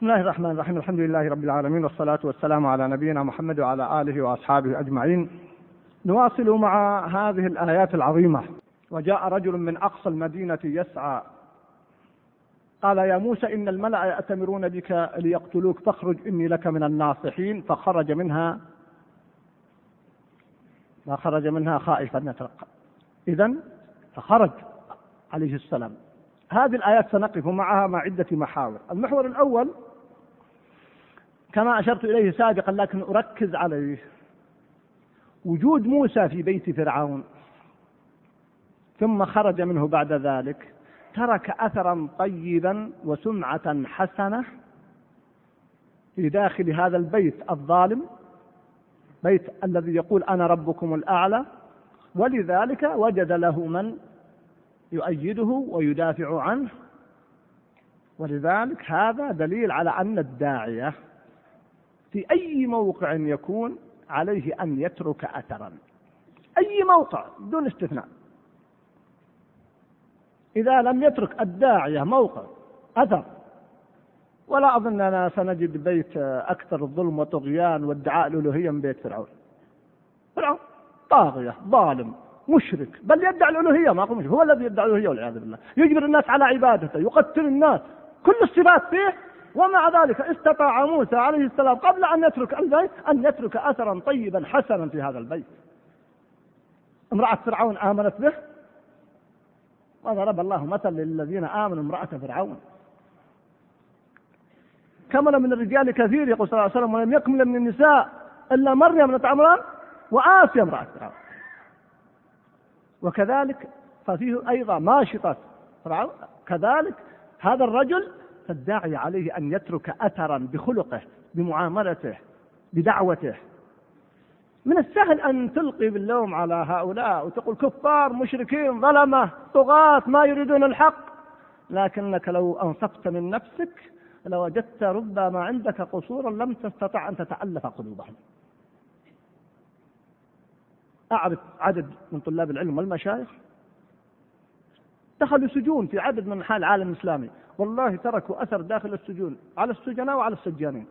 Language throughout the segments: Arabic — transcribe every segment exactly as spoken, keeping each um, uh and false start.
بسم الله الرحمن الرحيم. الحمد لله رب العالمين، والصلاة والسلام على نبينا محمد وعلى آله وأصحابه أجمعين. نواصل مع هذه الآيات العظيمة. وجاء رجل من أقصى المدينة يسعى قال يا موسى إن الملأ يأتمرون بك ليقتلوك فاخرج إني لك من الناصحين. فخرج منها فخرج منها خائفا يترقب. إذن فخرج عليه السلام. هذه الآيات سنقف معها مع عدة محاور. المحور الأول كما أشرت إليه سابقا لكن أركز عليه، وجود موسى في بيت فرعون ثم خرج منه بعد ذلك ترك أثرا طيبا وسمعة حسنة في داخل هذا البيت الظالم، بيت الذي يقول أنا ربكم الأعلى، ولذلك وجد له من يؤيده ويدافع عنه. ولذلك هذا دليل على أن الداعية في أي موقع يكون عليه أن يترك أثرا، أي موقع دون استثناء. إذا لم يترك الداعية موقع أثر، ولا أظننا سنجد بيت أكثر الظلم وطغيان وادعاء الألوهية من بيت فرعون. فرعون طاغية ظالم مشرك، بل يدعي الألوهية، ما مشرك، هو الذي يدعي الألوهية والعياذ بالله، يجبر الناس على عبادته، يقتل الناس، كل الصفات فيه. ومع ذلك استطاع موسى عليه السلام قبل أن يترك البيت أن يترك أثرا طيبا حسنا في هذا البيت. امرأة فرعون آمنت به، وضرب الله مثل للذين آمنوا امرأة فرعون. كمل من الرجال كثير يقول صلى الله عليه وسلم، ولم يكمل من النساء إلا مريم ابنة عمران وآسيا امرأة فرعون. وكذلك ففيه أيضا ماشطة فرعون. كذلك هذا الرجل فالداعي عليه أن يترك أثرا بخلقه، بمعاملته، بدعوته. من السهل أن تلقي باللوم على هؤلاء وتقول كفار مشركين ظلمة طغاة ما يريدون الحق، لكنك لو أنصفت من نفسك لوجدت ربما عندك قصورا لم تستطع أن تتألف قلوبهم. أعرف عدد من طلاب العلم والمشايخ دخلوا سجون في عدد من حال العالم الإسلامي، والله تركوا أثر داخل السجون على السجناء وعلى السجانين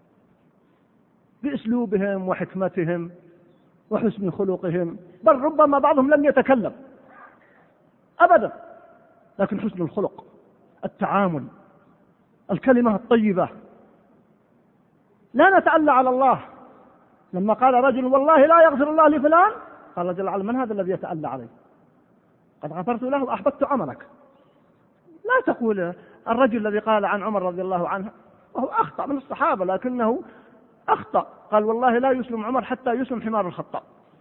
بأسلوبهم وحكمتهم وحسن خلقهم، بل ربما بعضهم لم يتكلم أبدا، لكن حسن الخلق، التعامل، الكلمة الطيبة. لا نتألى على الله. لما قال رجل والله لا يغفر الله لفلان، قال جل وعلا من هذا الذي يتألى عليه؟ قد غفرت له وأحببت عملك. لا تقول الرجل الذي قال عن عمر رضي الله عنه وهو أخطأ من الصحابة، لكنه أخطأ، قال والله لا يسلم عمر حتى يسلم حمار الخطاب.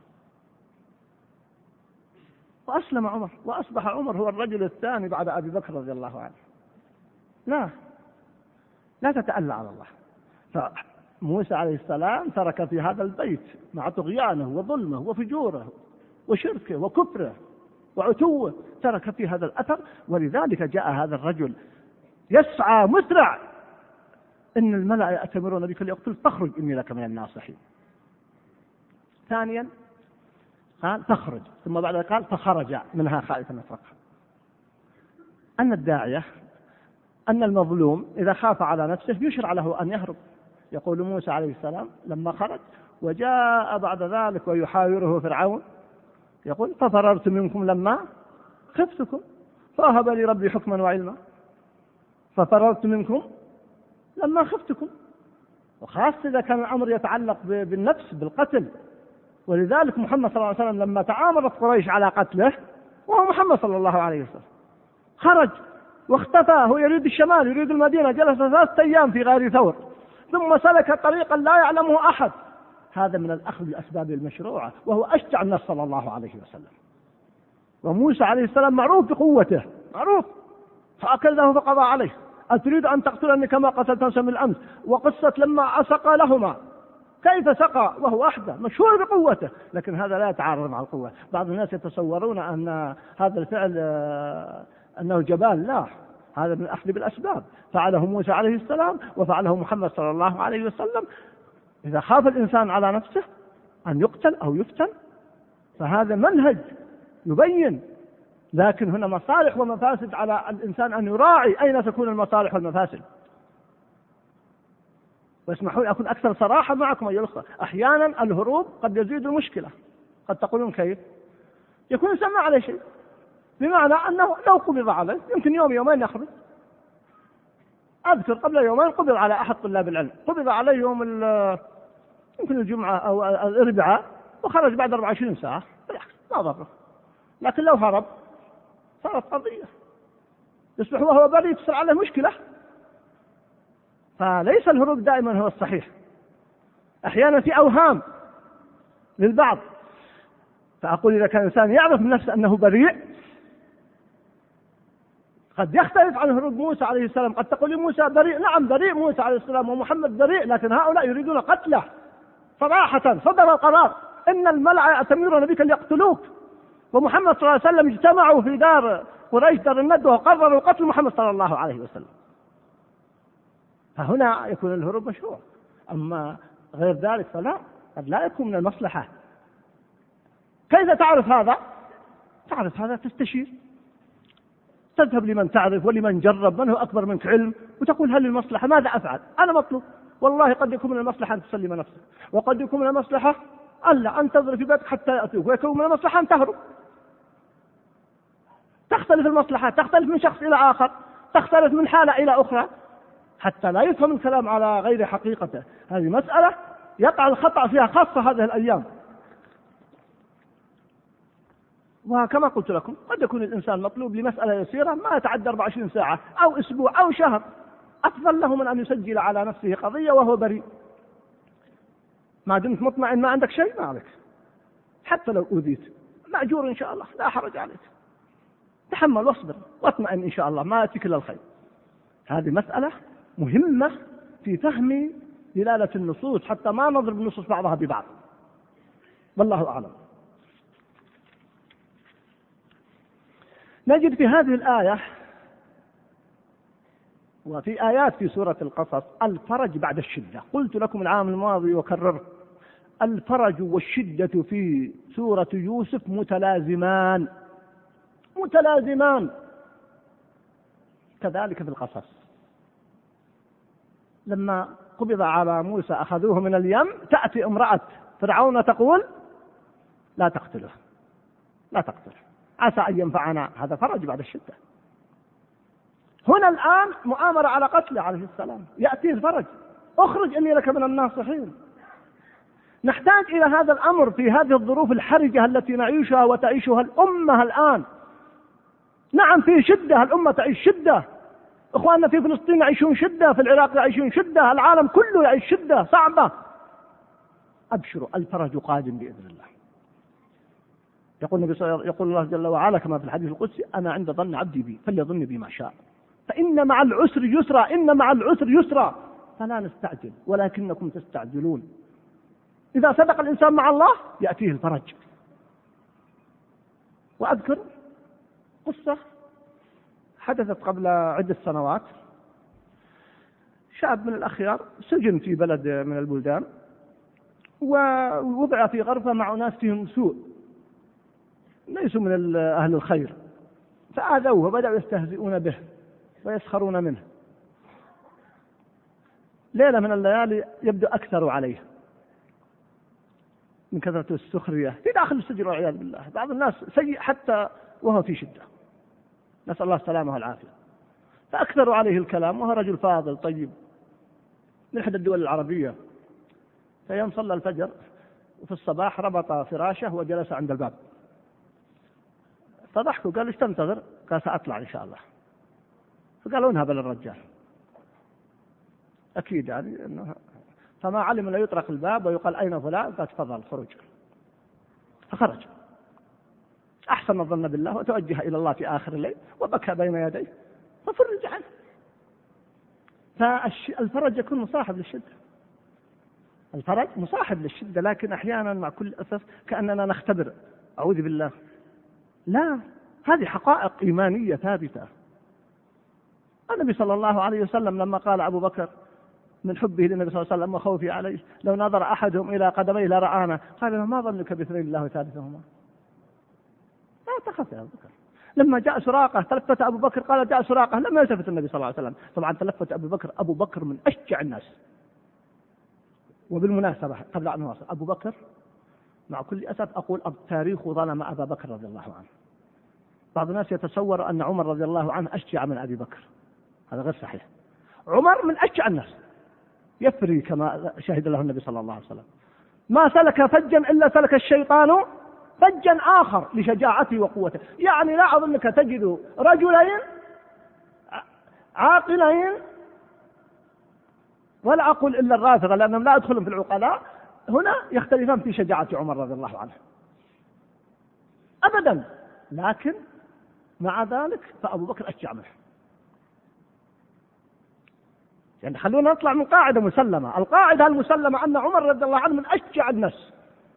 وأسلم عمر وأصبح عمر هو الرجل الثاني بعد أبي بكر رضي الله عنه. لا لا تتألى على الله. فموسى عليه السلام ترك في هذا البيت مع طغيانه وظلمه وفجوره وشركه وكفره وعتوه، ترك في هذا الأثر. ولذلك جاء هذا الرجل يسعى مسرع إن الملأ يأتمرون بك ليقتلوك فاخرج إني لك من الناصحين. ثانيا قال فاخرج، ثم بعد ذلك قال فخرج منها خائفا يترقب. أن الداعية، أن المظلوم إذا خاف على نفسه يشرع له أن يهرب. يقول موسى عليه السلام لما خرج وجاء بعد ذلك ويحاوره فرعون يقول ففررت منكم لما خفتكم فأهب لي ربي حكما وعلما. ففررت منكم لما خفتكم، وخاصة إذا كان الأمر يتعلق بالنفس بالقتل. ولذلك محمد صلى الله عليه وسلم لما تعاملت قريش على قتله، وهو محمد صلى الله عليه وسلم خرج واختفى، هو يريد الشمال يريد المدينة، جلس ثلاثة أيام في غار ثور ثم سلك طريقا لا يعلمه أحد. هذا من الأخذ بالأسباب المشروعة، وهو أشجع الناس صلى الله عليه وسلم. وموسى عليه السلام معروف بقوته، معروف، فأكله فقضى عليه. أتريد أن تقتلني كما قتلت نفسا من الأمس؟ وقصة لما أسقى لهما كيف سقى وهو أحدى، مشهور بقوته، لكن هذا لا يتعارض مع القوة. بعض الناس يتصورون أن هذا الفعل أنه جبان، لا، هذا من الأخذ بالأسباب. فعله موسى عليه السلام وفعله محمد صلى الله عليه وسلم. إذا خاف الإنسان على نفسه أن يقتل أو يفتن فهذا منهج يبين، لكن هنا مصالح ومفاسد على الإنسان أن يراعي أين تكون المصالح والمفاسد. واسمحوا لي أكون أكثر صراحة معكم أيها الأخوة، أحيانا الهروب قد يزيد المشكلة. قد تقولون كيف؟ يكون الإنسان ما عليه شيء، بمعنى أنه لو قبض عليه يمكن يوم يومين يخرج. أذكر قبل يومين قبض على أحد طلاب العلم، قبض عليه يوم يمكن الجمعة أو الأربعاء، وخرج بعد أربعة وعشرين ساعة، بالعكس ما ضره. لكن لو هرب صارت قضية، يصبح وهو بريء تصير عليه مشكلة. فليس الهروب دائما هو الصحيح، أحيانا في أوهام للبعض. فأقول إذا كان الإنسان يعرف من نفسه أنه بريء، قد يختلف عن هروب موسى عليه السلام. قد تقول موسى بريء، نعم بريء موسى عليه السلام ومحمد بريء، لكن هؤلاء يريدون قتله صراحة. صدر القرار إن الملأ يأتمرون بك ليقتلوك، ومحمد صلى الله عليه وسلم اجتمعوا في دار قريش دار الندوة وقرروا قتل محمد صلى الله عليه وسلم. فهنا يكون الهروب مشروع، أما غير ذلك فلا، قد لا يكون من المصلحة. كيف تعرف هذا؟ تعرف هذا تستشير، تذهب لمن تعرف ولمن جرب، من هو أكبر منك علم، وتقول هل المصلحة ماذا أفعل؟ أنا مطلوب، والله قد يكون من المصلحة أن تسلم نفسك، وقد يكون من المصلحة ألا أن تضرب في بيتك حتى يأتوك، ويكون من المصلحة أن تهرب. تختلف المصلحات، تختلف من شخص إلى آخر، تختلف من حالة إلى أخرى، حتى لا يفهم الكلام على غير حقيقته. هذه مسألة يقع الخطأ فيها خاصة هذه الأيام. وكما قلت لكم قد يكون الإنسان مطلوب لمسألة يسيرة ما يتعدى أربعة وعشرين ساعة أو أسبوع أو شهر، أفضل له من أن يسجل على نفسه قضية وهو بريء. ما دمت مطمئن ما عندك شيء ما عليك، حتى لو أوذيت مأجور إن شاء الله، لا حرج عليك، تحمل واصبر واطمئن إن شاء الله، ما يأتيك إلا الخير. هذه مسألة مهمة في فهم دلالة النصوص، حتى ما نضرب النصوص بعضها ببعض، والله أعلم. نجد في هذه الآية وفي آيات في سورة القصص الفرج بعد الشدة. قلت لكم العام الماضي وكررت، الفرج والشدة في سورة يوسف متلازمان متلازمان كذلك في القصص. لما قبض على موسى أخذوه من اليم، تأتي امرأة فرعون تقول لا تقتله لا تقتله عسى أن ينفعنا، هذا فرج بعد الشدة. هنا الآن مؤامرة على قتله عليه السلام، يأتي الفرج، اخرج إني لك من الناصحين. نحتاج إلى هذا الأمر في هذه الظروف الحرجة التي نعيشها وتعيشها الأمة الآن. نعم في شدة، الأمة تعيش شدة، إخواننا في فلسطين يعيشون شدة، في العراق يعيشون شدة، العالم كله يعيش شدة صعبة. أبشروا الفرج قادم بإذن الله. يقول النبي يقول الله جل وعلا كما في الحديث القدسي: أنا عند ظن عبدي بي فليظن بي ما شاء، فإن مع العسر يسرا إن مع العسر يسرا، فلا نستعجل ولكنكم تستعجلون. إذا صدق الإنسان مع الله يأتيه الفرج. وأذكر قصة حدثت قبل عدة سنوات. شاب من الأخيار سجن في بلد من البلدان، ووضع في غرفة مع ناس فيهم سوء ليسوا من أهل الخير، فآذوه وبدأوا يستهزئون به ويسخرون منه. ليلة من الليالي يبدو أكثر عليه من كثرة السخرية في داخل السجن والعياذ بالله. بعض الناس سيء حتى وهو في شدة، نسأل الله السلامة والعافية. فأكثروا عليه الكلام، وهو رجل فاضل طيب من إحدى الدول العربية. فيوم صلى الفجر وفي الصباح ربط فراشه وجلس عند الباب، فضحكوا قال: ايش تنتظر؟ قال: سأطلع إن شاء الله. فقالوا: انهب للرجال، أكيد يعني إنه. فما علم لا يطرق الباب ويقال: أين فلان؟ قال: تفضل خرج. فخرج، أحسن الظن بالله وتوجه إلى الله في آخر الليل وبكى بين يديه ففرج عنه. فالفرج يكون مصاحب للشدة، الفرج مصاحب للشدة، لكن أحيانا مع كل أسف كأننا نختبر، أعوذ بالله. لا، هذه حقائق إيمانية ثابتة. النبي صلى الله عليه وسلم لما قال أبو بكر من حبه للنبي صلى الله عليه وسلم وخوفه عليه: لو نظر أحدهم إلى قدميه لرآنا، قال له: ما ظنك باثنين الله ثالثهما؟ لا تخف يا أبو بكر. لما جاء سراقة تلفت أبو بكر، قال: جاء سراقة، لم يلتفت النبي صلى الله عليه وسلم. طبعا تلفت أبو بكر، أبو بكر من أشجع الناس، وبالمناسبة قبل أن نواصل، أبو بكر مع كل أسف أقول التاريخ ظلم أبا بكر رضي الله عنه. بعض الناس يتصور أن عمر رضي الله عنه أشجع من أبي بكر، هذا غير صحيح. عمر من أشجع الناس، يفري كما شهد له النبي صلى الله عليه وسلم، ما سلك فجا إلا سلك الشيطان فجا آخر لشجاعته وقوته. يعني لا أظنك تجد رجلين عاقلين، ولا أقول إلا الرافضة لأنهم لا يدخلون في العقلاء، هنا يختلفان في شجاعة عمر رضي الله عنه أبدا، لكن مع ذلك فأبو بكر أشجع منه. يعني خلونا نطلع من قاعدة مسلمة، القاعدة المسلمة أن عمر رضي الله عنه من أشجع الناس.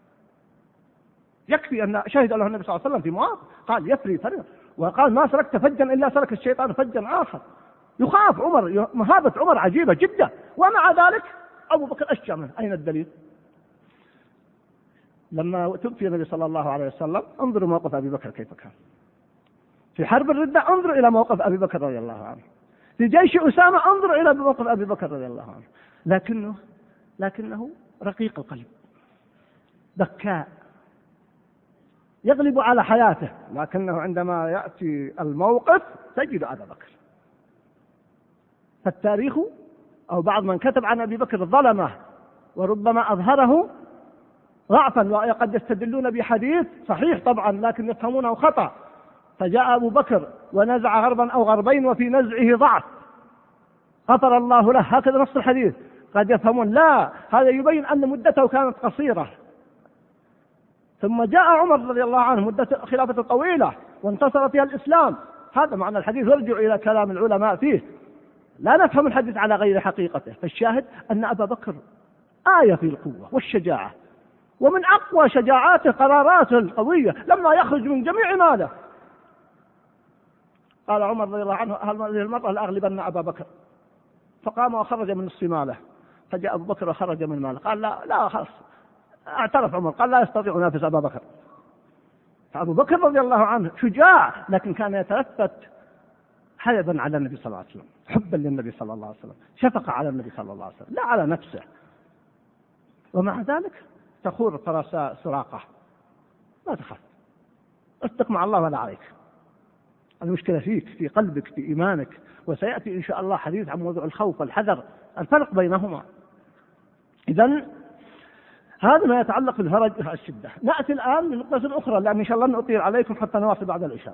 يكفي أن شهد له النبي صلى الله عليه وسلم في مواقف قال يفري فريق، وقال ما سلكت فجا إلا سلك الشيطان فجا آخر. يخاف عمر، مهابة عمر عجيبة جدا، ومع ذلك أبو بكر أشجع منه. أين الدليل؟ لما توفي النبي صلى الله عليه وسلم انظروا موقف أبي بكر كيف كان في حرب الردة، انظروا إلى موقف أبي بكر رضي الله عنه في جيش أسامة، انظروا إلى موقف أبي بكر رضي الله عنه. لكنه لكنه رقيق القلب، بكاء، يغلب على حياته، لكنه عندما يأتي الموقف تجد أبا بكر. فالتاريخ أو بعض من كتب عن أبي بكر ظلمه، وربما أظهره ضعفا، وقد يستدلون بحديث صحيح طبعا لكن يفهمونه خطأ، فجاء أبو بكر ونزع غربا أو غربين وفي نزعه ضعف غفر الله له، هكذا نص الحديث. قد يفهمون لا، هذا يبين أن مدته كانت قصيرة. ثم جاء عمر رضي الله عنه مدة خلافته طويلة وانتصر فيها الإسلام، هذا معنى الحديث، يرجع إلى كلام العلماء فيه، لا نفهم الحديث على غير حقيقته. فالشاهد أن أبا بكر آية في القوة والشجاعة، ومن أقوى شجاعاته قراراته القوية لما يخرج من جميع ماله. قال عمر رضي الله عنه هذه المرة لأغلبن أبا بكر، فقام وخرج من نصف ماله، فجاء أبو بكر وخرج من ماله، قال لا لا خلاص، اعترف عمر قال لا يستطيع ينافس أبا بكر. فأبو بكر رضي الله عنه شجاع، لكن كان يتلفت حيبا على النبي صلى الله عليه وسلم، حبا للنبي صلى الله عليه وسلم، شفقة على النبي صلى الله عليه وسلم، لا على نفسه. ومع ذلك تخور فرساء سراقة، لا تخاف، اصدق مع الله ولا عليك، المشكلة فيك، في قلبك، في إيمانك. وسيأتي إن شاء الله حديث عن موضوع الخوف والحذر، الفرق بينهما. إذن هذا ما يتعلق بالهرج والشدة. نأتي الآن لنقطة أخرى لأن إن شاء الله نطير عليكم حتى نواصل بعد العشاء،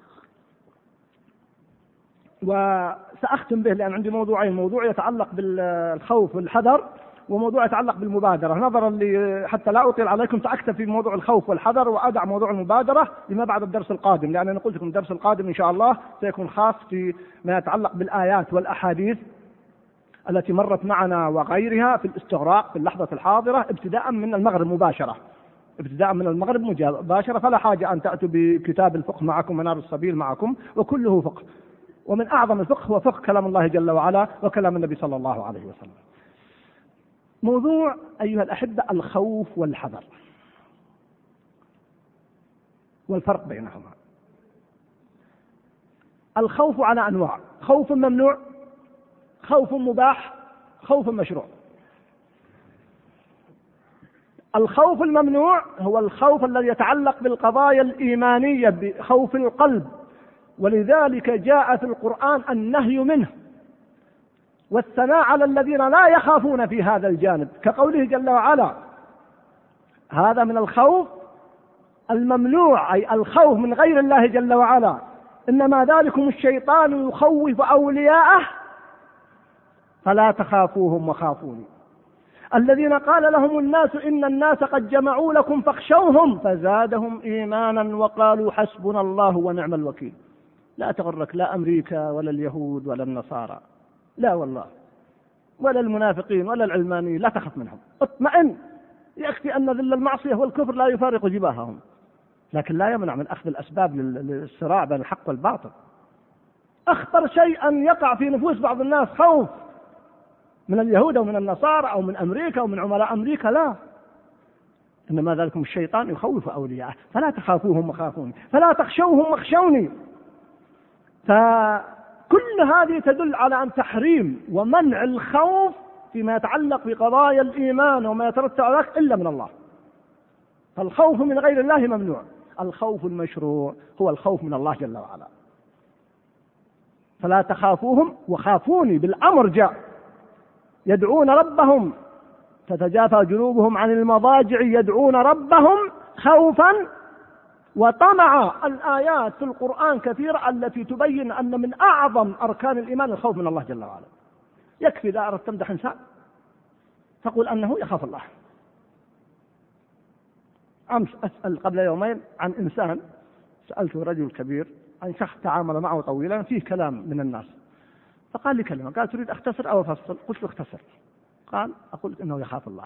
وسأختم به لأن عندي موضوعين، موضوع يتعلق بالخوف والحذر، وموضوع يتعلق بالمبادرة. نظرا لي حتى لا أطيل عليكم سأكتب في موضوع الخوف والحذر وأدع موضوع المبادرة لما بعد الدرس القادم، لأن أنا قلت لكم الدرس القادم إن شاء الله سيكون خاص في ما يتعلق بالآيات والأحاديث التي مرت معنا وغيرها في الاستغراق في اللحظة الحاضرة، ابتداء من المغرب مباشرة، ابتداء من المغرب مباشرة، فلا حاجة أن تأتوا بكتاب الفقه معكم، منار السبيل معكم، وكله فقه، ومن أعظم الفقه هو فقه كلام الله جل وعلا وكلام النبي صلى الله عليه وسلم. موضوع أيها الأحبة الخوف والحذر والفرق بينهما. الخوف على أنواع، خوف ممنوع، خوف مباح، خوف مشروع. الخوف الممنوع هو الخوف الذي يتعلق بالقضايا الإيمانية بخوف القلب، ولذلك جاء في القرآن النهي منه والثناء على الذين لا يخافون في هذا الجانب، كقوله جل وعلا هذا من الخوف الممنوع، أي الخوف من غير الله جل وعلا، إنما ذلكم الشيطان يخوف أولياءه فلا تخافوهم وخافوني الذين قال لهم الناس إن الناس قد جمعوا لكم فاخشوهم فزادهم إيمانا وقالوا حسبنا الله ونعم الوكيل. لا تغرك لا أمريكا ولا اليهود ولا النصارى، لا والله، ولا المنافقين ولا العلمانيين، لا تخف منهم، اطمئن، يكفي أن ذل المعصية والكفر لا يفارق جباههم، لكن لا يمنع من أخذ الأسباب للصراع بين الحق والباطل. أخطر شيء أن يقع في نفوس بعض الناس خوف من اليهود أو من النصارى أو من أمريكا أو من عملاء أمريكا، لا، إنما ذلكم الشيطان يخوف أولياءه فلا تخافوهم وخافوني فلا تخشوهم واخشوني. فكل هذه تدل على أن تحريم ومنع الخوف فيما يتعلق بقضايا الإيمان وما يترتب على ذلك إلا من الله. فالخوف من غير الله ممنوع. الخوف المشروع هو الخوف من الله جل وعلا. فلا تخافوهم وخافوني، بالأمر جاء. يدعون ربهم تتجافى جنوبهم عن المضاجع يدعون ربهم خوفا وطمعا. الآيات في القرآن كثيرة التي تبين أن من أعظم أركان الإيمان الخوف من الله جل وعلا. يكفي إذا أردت تمدح إنسان تقول أنه يخاف الله. أمس أسأل قبل يومين عن إنسان، سألته رجل كبير عن شخص تعامل معه طويلا فيه كلام من الناس، فقال لي كلمة، قال تريد أختصر أو أفصل؟ قلت له اختصر. قال أقول إنه يخاف الله.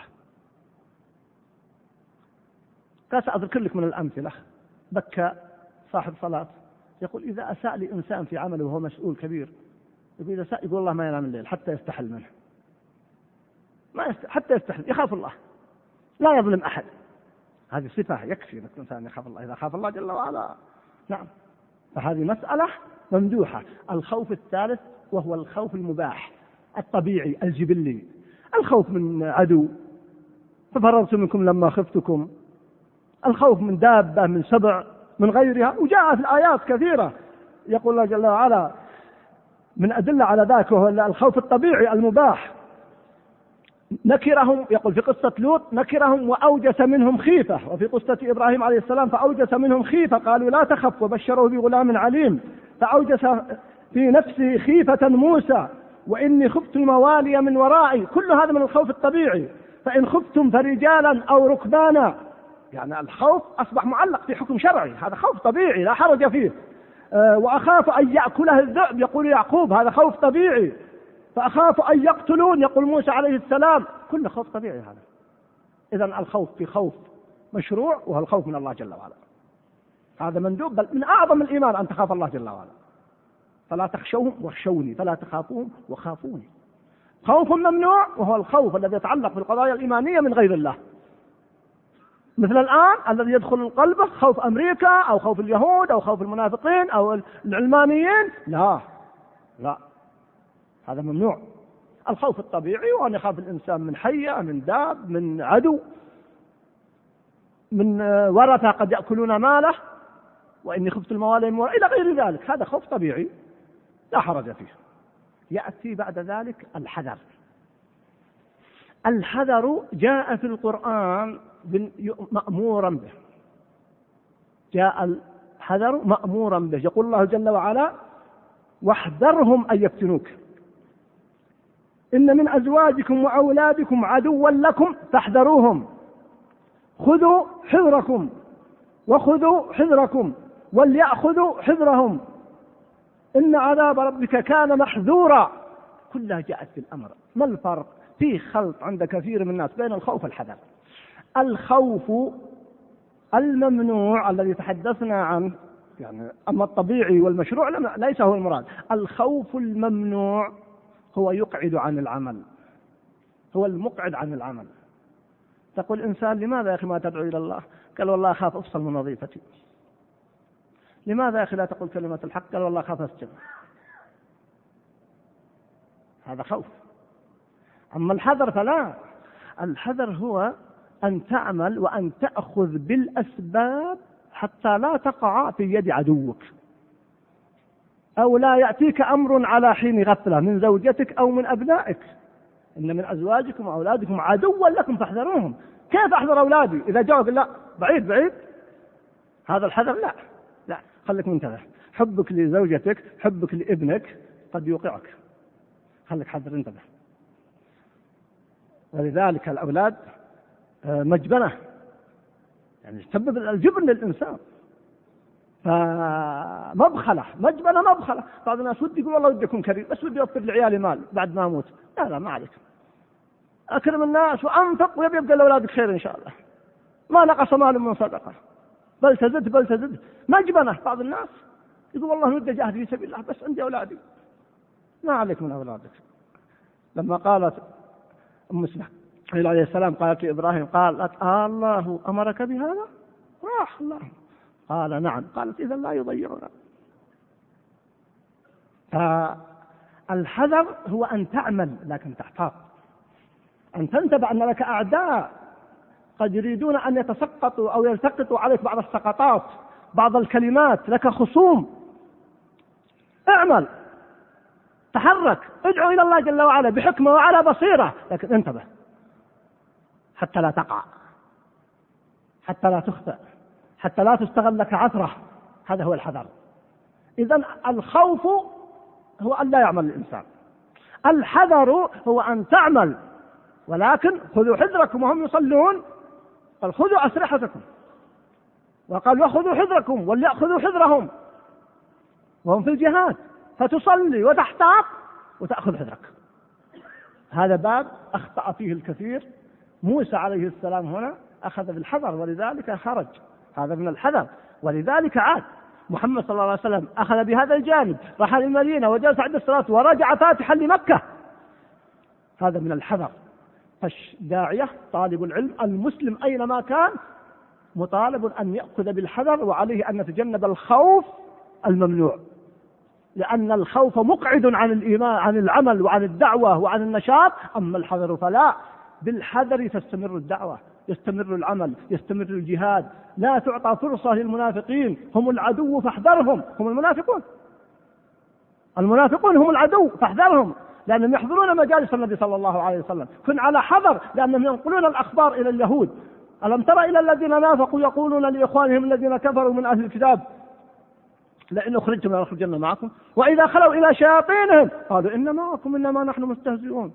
قال سأذكر لك من الأمثلة. بكى صاحب صلاة يقول إذا أساء لي إنسان في عمله وهو مسؤول كبير، يقول إذا أساء يقول الله ما ينام الليل حتى يستحل منه، ما يست... حتى يستحل، يخاف الله، لا يظلم أحد. هذه صفة يكفي أن الإنسان يخاف الله إذا خاف الله جل وعلا. نعم، فهذه مسألة ممدوحة. الخوف الثالث وهو الخوف المباح الطبيعي الجبلي، الخوف من عدو ففررت منكم لما خفتكم، الخوف من دابة من سبع من غيرها، وجاء في الآيات كثيرة. يقول الله جل وعلا من أدلة على ذلك وهو الخوف الطبيعي المباح. نكرهم، يقول في قصة لوط نكرهم وأوجس منهم خيفة، وفي قصة إبراهيم عليه السلام فأوجس منهم خيفة قالوا لا تخف وبشروه بغلام عليم، فأوجس في نفسه خيفة موسى وإني خفت الموالي من ورائي. كل هذا من الخوف الطبيعي. فإن خفتم فرجالا أو ركبانا، يعني الخوف أصبح معلق في حكم شرعي، هذا خوف طبيعي لا حرج فيه. أه وأخاف أن يأكله الذئب يقول يعقوب، هذا خوف طبيعي. فأخاف أن يقتلون يقول موسى عليه السلام، كل خوف طبيعي هذا. إذن الخوف في خوف مشروع وهو الخوف من الله جل وعلا، هذا مندوب، بل من أعظم الإيمان أن تخاف الله جل وعلا. فلا تخشوهم واخشوني، فلا تخافوهم وخافوني. خوف ممنوع وهو الخوف الذي يتعلق بالقضايا الإيمانية من غير الله، مثل الآن الذي يدخل القلب خوف أمريكا أو خوف اليهود أو خوف المنافقين أو العلمانيين، لا لا، هذا ممنوع. الخوف الطبيعي وأن يخاف الإنسان من حية من داب من عدو من ورثة قد يأكلون ماله وإني خفت الموالي من ورائي إلى غير ذلك، هذا خوف طبيعي لا حرج فيه. يأتي بعد ذلك الحذر. الحذر جاء في القرآن مأمورا به، جاء الحذر مأمورا به. يقول الله جل وعلا واحذرهم أن يفتنوك إن من أزواجكم وأولادكم عدوا لكم فاحذروهم خذوا حذركم وخذوا حذركم وليأخذوا حذرهم إن عذاب ربك كان محذورا. كلها جاءت في الأمر. ما الفرق؟ في خلط عند كثير من الناس بين الخوف والحذر. الخوف الممنوع الذي تحدثنا عنه يعني أما الطبيعي والمشروع ليس هو المراد. الخوف الممنوع هو يقعد عن العمل، هو المقعد عن العمل. تقول إنسان لماذا يا أخي ما تدعو إلى الله؟ قال والله أخاف أفصل من وظيفتي. لماذا يا أخي لا تقول كلمة الحق؟ قال والله أخاف أسجن. هذا خوف. أما الحذر فلا، الحذر هو أن تعمل وأن تأخذ بالأسباب حتى لا تقع في يد عدوك، أو لا يأتيك أمر على حين غفلة من زوجتك أو من أبنائك. إن من أزواجكم وأولادكم عدوا لكم فاحذروهم. كيف أحذر أولادي إذا جاءوا لا بعيد بعيد؟ هذا الحذر لا لا، خليك منتبه. حبك لزوجتك حبك لابنك قد يوقعك، خليك حذر انتبه. ولذلك الأولاد مجبنة، يعني تسبب الجبن للإنسان، فمبخلة مجبنة مبخلة. بعض الناس ودي يقول والله ودي أكون كريم بس ودي أوفر لعيالي مال بعد ما أموت. لا لا، ما عليك، أكرم الناس وأنفق ويبقى لأولادك خير إن شاء الله، ما نقص مال من صدقة بل تزد بل تزد. مجبنة. بعض الناس يقول والله ودي أجاهد في سبيل الله بس عندي أولادي. ما عليك من أولادك. لما قالت أم إسماعيل عليه السلام قالت لإبراهيم قالت الله أمرك بهذا؟ راح الله. قال نعم. قالت إذا لا يضيعنا. فالحذر هو أن تعمل لكن تحتاط. أن تنتبه أن لك أعداء قد يريدون أن يتسقطوا أو يلتقطوا عليك بعض السقطات، بعض الكلمات، لك خصوم. اعمل، تحرك، ادعو إلى الله جل وعلا بحكمة وعلى بصيرة، لكن انتبه حتى لا تقع، حتى لا تخطئ، حتى لا تستغل لك عثرة. هذا هو الحذر. إذن الخوف هو أن لا يعمل الإنسان، الحذر هو أن تعمل. ولكن خذوا حذركم وهم يصلون، قال خذوا أسلحتكم، وقال وخذوا حذركم وليأخذوا حذرهم وهم في الجهاد، فتصلي وتحتاط وتأخذ حذرك. هذا باب أخطأ فيه الكثير. موسى عليه السلام هنا أخذ بالحذر ولذلك خرج، هذا من الحذر، ولذلك عاد. محمد صلى الله عليه وسلم أخذ بهذا الجانب، راح للمدينة وجلس عند الصلاة ورجع فاتحا لمكة، هذا من الحذر. فالداعية طالب العلم المسلم أينما كان مطالب أن يأخذ بالحذر، وعليه أن يتجنب الخوف الممنوع، لأن الخوف مقعد عن الإيمان، عن العمل وعن الدعوة وعن النشاط. أما الحذر فلا، بالحذر تستمر الدعوة، يستمر العمل، يستمر الجهاد. لا تعطى فرصة للمنافقين، هم العدو فاحذرهم. هم المنافقون، المنافقون هم العدو فاحذرهم، لأنهم يحضرون مجالس النبي صلى الله عليه وسلم. كن على حذر، لأنهم ينقلون الأخبار إلى اليهود. ألم تر إلى الذين نافقوا يقولون لإخوانهم الذين كفروا من أهل الكتاب لئن أخرجتم لنخرجن معكم وإذا خلوا إلى شياطينهم قالوا إن معكم إنما نحن مستهزئون.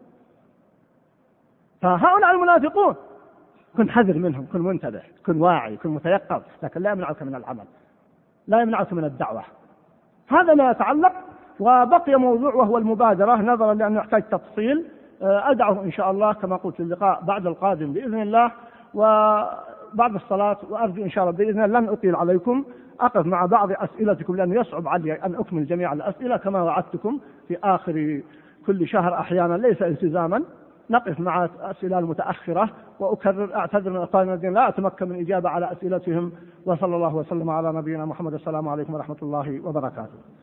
فهؤلاء المنافقون كن حذر منهم، كن منتبه، كن واعي، كن متيقظ، لكن لا يمنعك من العمل، لا يمنعك من الدعوة. هذا ما يتعلق. وبقي موضوع وهو المبادرة، نظرا لأنه يحتاج تفصيل. أدعه إن شاء الله كما قلت اللقاء بعد القادم بإذن الله وبعد الصلاة، وأرجو إن شاء الله بإذن الله لن أطيل عليكم، أقف مع بعض أسئلتكم لأنه يصعب علي أن أكمل جميع الأسئلة كما وعدتكم في آخر كل شهر، أحيانا ليس التزاما، نقف مع الأسئلة المتأخرة. وأكرر أعتذر من أخواننا الذين لا أتمكن من إجابة على أسئلتهم. وصلى الله وسلم على نبينا محمد. السلام عليكم ورحمة الله وبركاته.